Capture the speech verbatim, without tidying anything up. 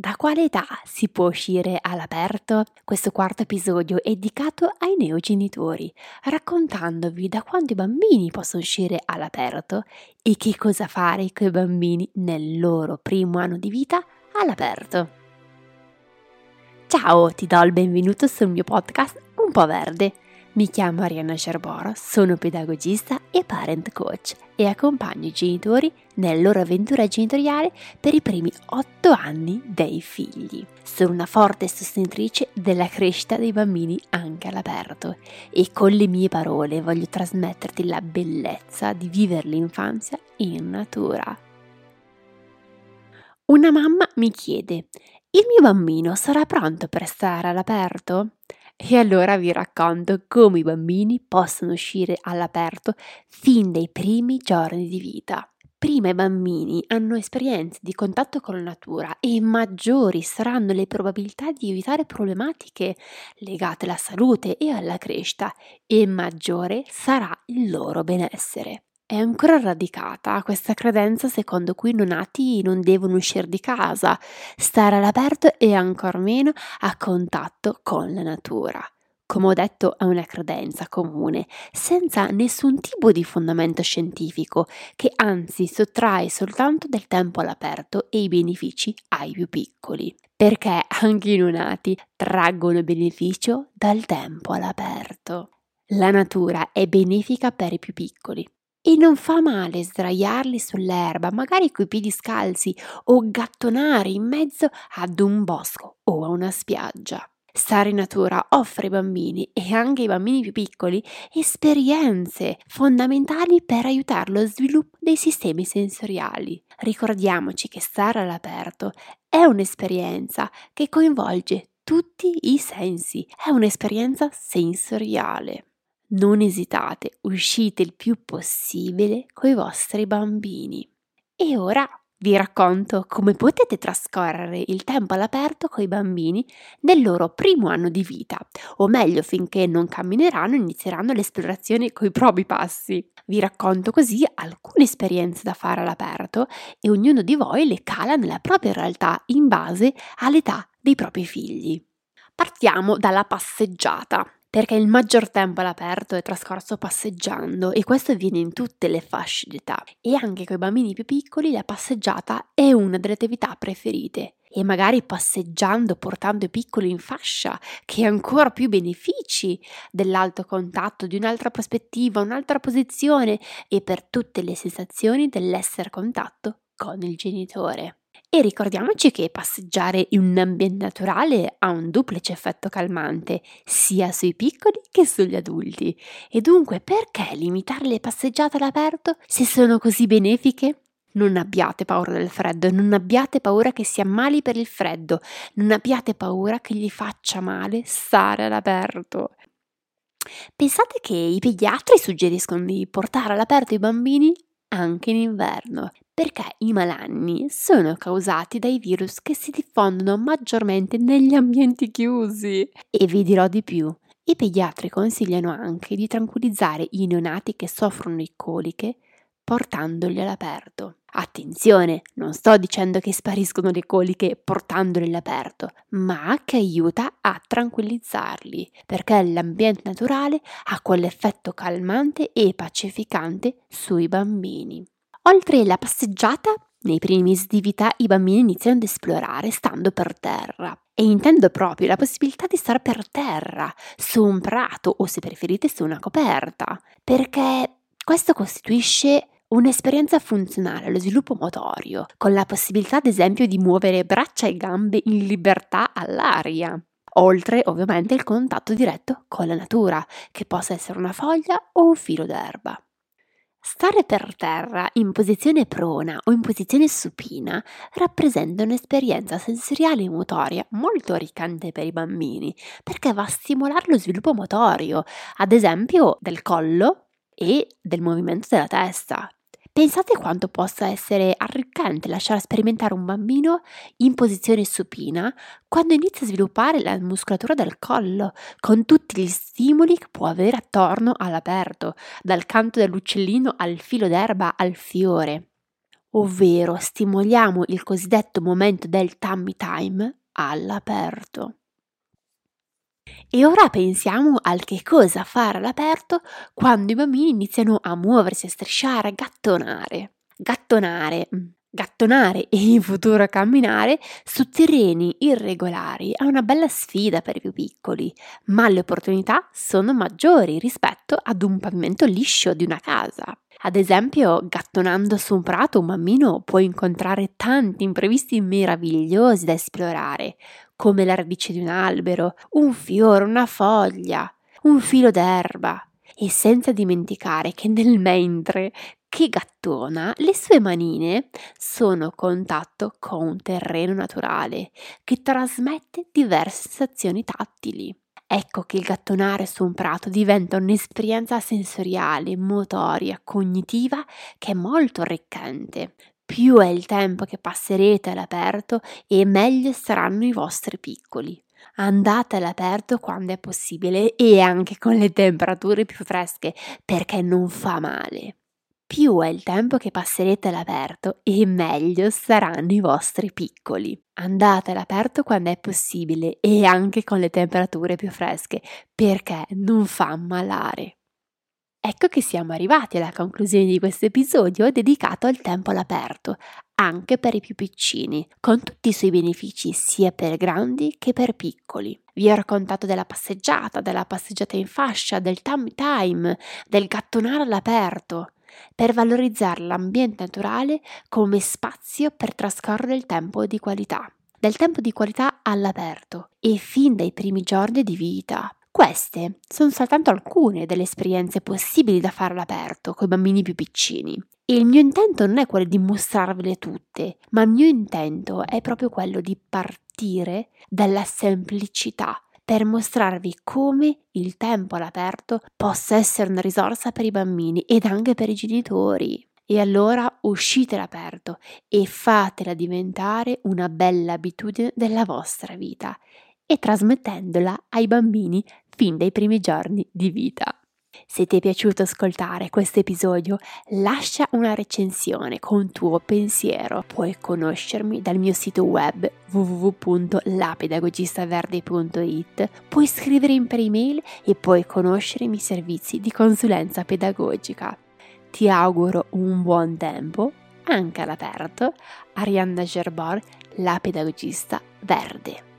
Da quale età si può uscire all'aperto? Questo quarto episodio è dedicato ai neogenitori, raccontandovi da quando i bambini possono uscire all'aperto e che cosa fare con i bambini nel loro primo anno di vita all'aperto. Ciao, ti do il benvenuto sul mio podcast Un po' Verde. Mi chiamo Arianna Cerboro, sono pedagogista e parent coach e accompagno i genitori nella loro avventura genitoriale per i primi otto anni dei figli. Sono una forte sostenitrice della crescita dei bambini anche all'aperto e con le mie parole voglio trasmetterti la bellezza di vivere l'infanzia in natura. Una mamma mi chiede: il mio bambino sarà pronto per stare all'aperto? E allora vi racconto come i bambini possono uscire all'aperto fin dai primi giorni di vita. Prima i bambini hanno esperienze di contatto con la natura e maggiori saranno le probabilità di evitare problematiche legate alla salute e alla crescita e maggiore sarà il loro benessere. È ancora radicata questa credenza secondo cui i neonati non devono uscire di casa, stare all'aperto e ancor meno a contatto con la natura. Come ho detto, è una credenza comune, senza nessun tipo di fondamento scientifico, che anzi sottrae soltanto del tempo all'aperto e i benefici ai più piccoli. Perché anche i neonati traggono beneficio dal tempo all'aperto. La natura è benefica per i più piccoli. E non fa male sdraiarli sull'erba, magari coi piedi scalzi, o gattonare in mezzo ad un bosco o a una spiaggia. Stare in natura offre ai bambini e anche ai bambini più piccoli esperienze fondamentali per aiutare lo sviluppo dei sistemi sensoriali. Ricordiamoci che stare all'aperto è un'esperienza che coinvolge tutti i sensi, è un'esperienza sensoriale. Non esitate, uscite il più possibile coi vostri bambini. E ora vi racconto come potete trascorrere il tempo all'aperto coi bambini nel loro primo anno di vita, o meglio finché non cammineranno e inizieranno l'esplorazione coi propri passi. Vi racconto così alcune esperienze da fare all'aperto e ognuno di voi le cala nella propria realtà in base all'età dei propri figli. Partiamo dalla passeggiata. Perché il maggior tempo all'aperto è trascorso passeggiando e questo avviene in tutte le fasce d'età e anche con i bambini più piccoli la passeggiata è una delle attività preferite e magari passeggiando portando i piccoli in fascia che ha ancora più benefici dell'alto contatto, di un'altra prospettiva, un'altra posizione e per tutte le sensazioni dell'essere a contatto con il genitore. E ricordiamoci che passeggiare in un ambiente naturale ha un duplice effetto calmante, sia sui piccoli che sugli adulti. E dunque, perché limitare le passeggiate all'aperto se sono così benefiche? Non abbiate paura del freddo, non abbiate paura che si ammali per il freddo, non abbiate paura che gli faccia male stare all'aperto. Pensate che i pediatri suggeriscono di portare all'aperto i bambini anche in inverno, perché i malanni sono causati dai virus che si diffondono maggiormente negli ambienti chiusi. E vi dirò di più, i pediatri consigliano anche di tranquillizzare i neonati che soffrono di coliche portandoli all'aperto. Attenzione, non sto dicendo che spariscono le coliche portandoli all'aperto, ma che aiuta a tranquillizzarli, perché l'ambiente naturale ha quell'effetto calmante e pacificante sui bambini. Oltre alla passeggiata, nei primi mesi di vita i bambini iniziano ad esplorare stando per terra. E intendo proprio la possibilità di stare per terra, su un prato o se preferite su una coperta, perché questo costituisce un'esperienza funzionale allo sviluppo motorio, con la possibilità ad esempio di muovere braccia e gambe in libertà all'aria. Oltre ovviamente il contatto diretto con la natura, che possa essere una foglia o un filo d'erba. Stare per terra in posizione prona o in posizione supina rappresenta un'esperienza sensoriale e motoria molto arricchente per i bambini, perché va a stimolare lo sviluppo motorio, ad esempio del collo e del movimento della testa. Pensate quanto possa essere arricchente lasciare sperimentare un bambino in posizione supina quando inizia a sviluppare la muscolatura del collo, con tutti gli stimoli che può avere attorno all'aperto, dal canto dell'uccellino al filo d'erba al fiore. ovvero stimoliamo il cosiddetto momento del tummy time all'aperto. E ora pensiamo al che cosa fare all'aperto quando i bambini iniziano a muoversi, a strisciare, a gattonare. Gattonare, mm, gattonare e in futuro camminare su terreni irregolari è una bella sfida per i più piccoli, ma le opportunità sono maggiori rispetto ad un pavimento liscio di una casa. Ad esempio, gattonando su un prato un bambino può incontrare tanti imprevisti meravigliosi da esplorare, come la radice di un albero, un fiore, una foglia, un filo d'erba. E senza dimenticare che nel mentre che gattona, le sue manine sono a contatto con un terreno naturale che trasmette diverse sensazioni tattili. Ecco che il gattonare su un prato diventa un'esperienza sensoriale, motoria, cognitiva che è molto arricchente. Più è il tempo che passerete all'aperto e meglio saranno i vostri piccoli. Andate all'aperto quando è possibile e anche con le temperature più fresche, perché non fa male. Più è il tempo che passerete all'aperto e meglio saranno i vostri piccoli. Andate all'aperto quando è possibile e anche con le temperature più fresche, perché non fa ammalare. Ecco che siamo arrivati alla conclusione di questo episodio dedicato al tempo all'aperto, anche per i più piccini, con tutti i suoi benefici sia per grandi che per piccoli. Vi ho raccontato della passeggiata, della passeggiata in fascia, del tummy time, del gattonare all'aperto, per valorizzare l'ambiente naturale come spazio per trascorrere il tempo di qualità. Del tempo di qualità all'aperto e fin dai primi giorni di vita. Queste sono soltanto alcune delle esperienze possibili da fare all'aperto con i bambini più piccini. E il mio intento non è quello di mostrarvele tutte, ma il mio intento è proprio quello di partire dalla semplicità per mostrarvi come il tempo all'aperto possa essere una risorsa per i bambini ed anche per i genitori. E allora uscite all'aperto e fatela diventare una bella abitudine della vostra vita e trasmettendola ai bambini fin dai primi giorni di vita. Se ti è piaciuto ascoltare questo episodio, lascia una recensione con tuo pensiero. Puoi conoscermi dal mio sito web w w w punto la pedagogistaverde punto i t, puoi scrivermi per email e puoi conoscere i miei servizi di consulenza pedagogica. Ti auguro un buon tempo, anche all'aperto. Arianna Gerbor, la pedagogista verde.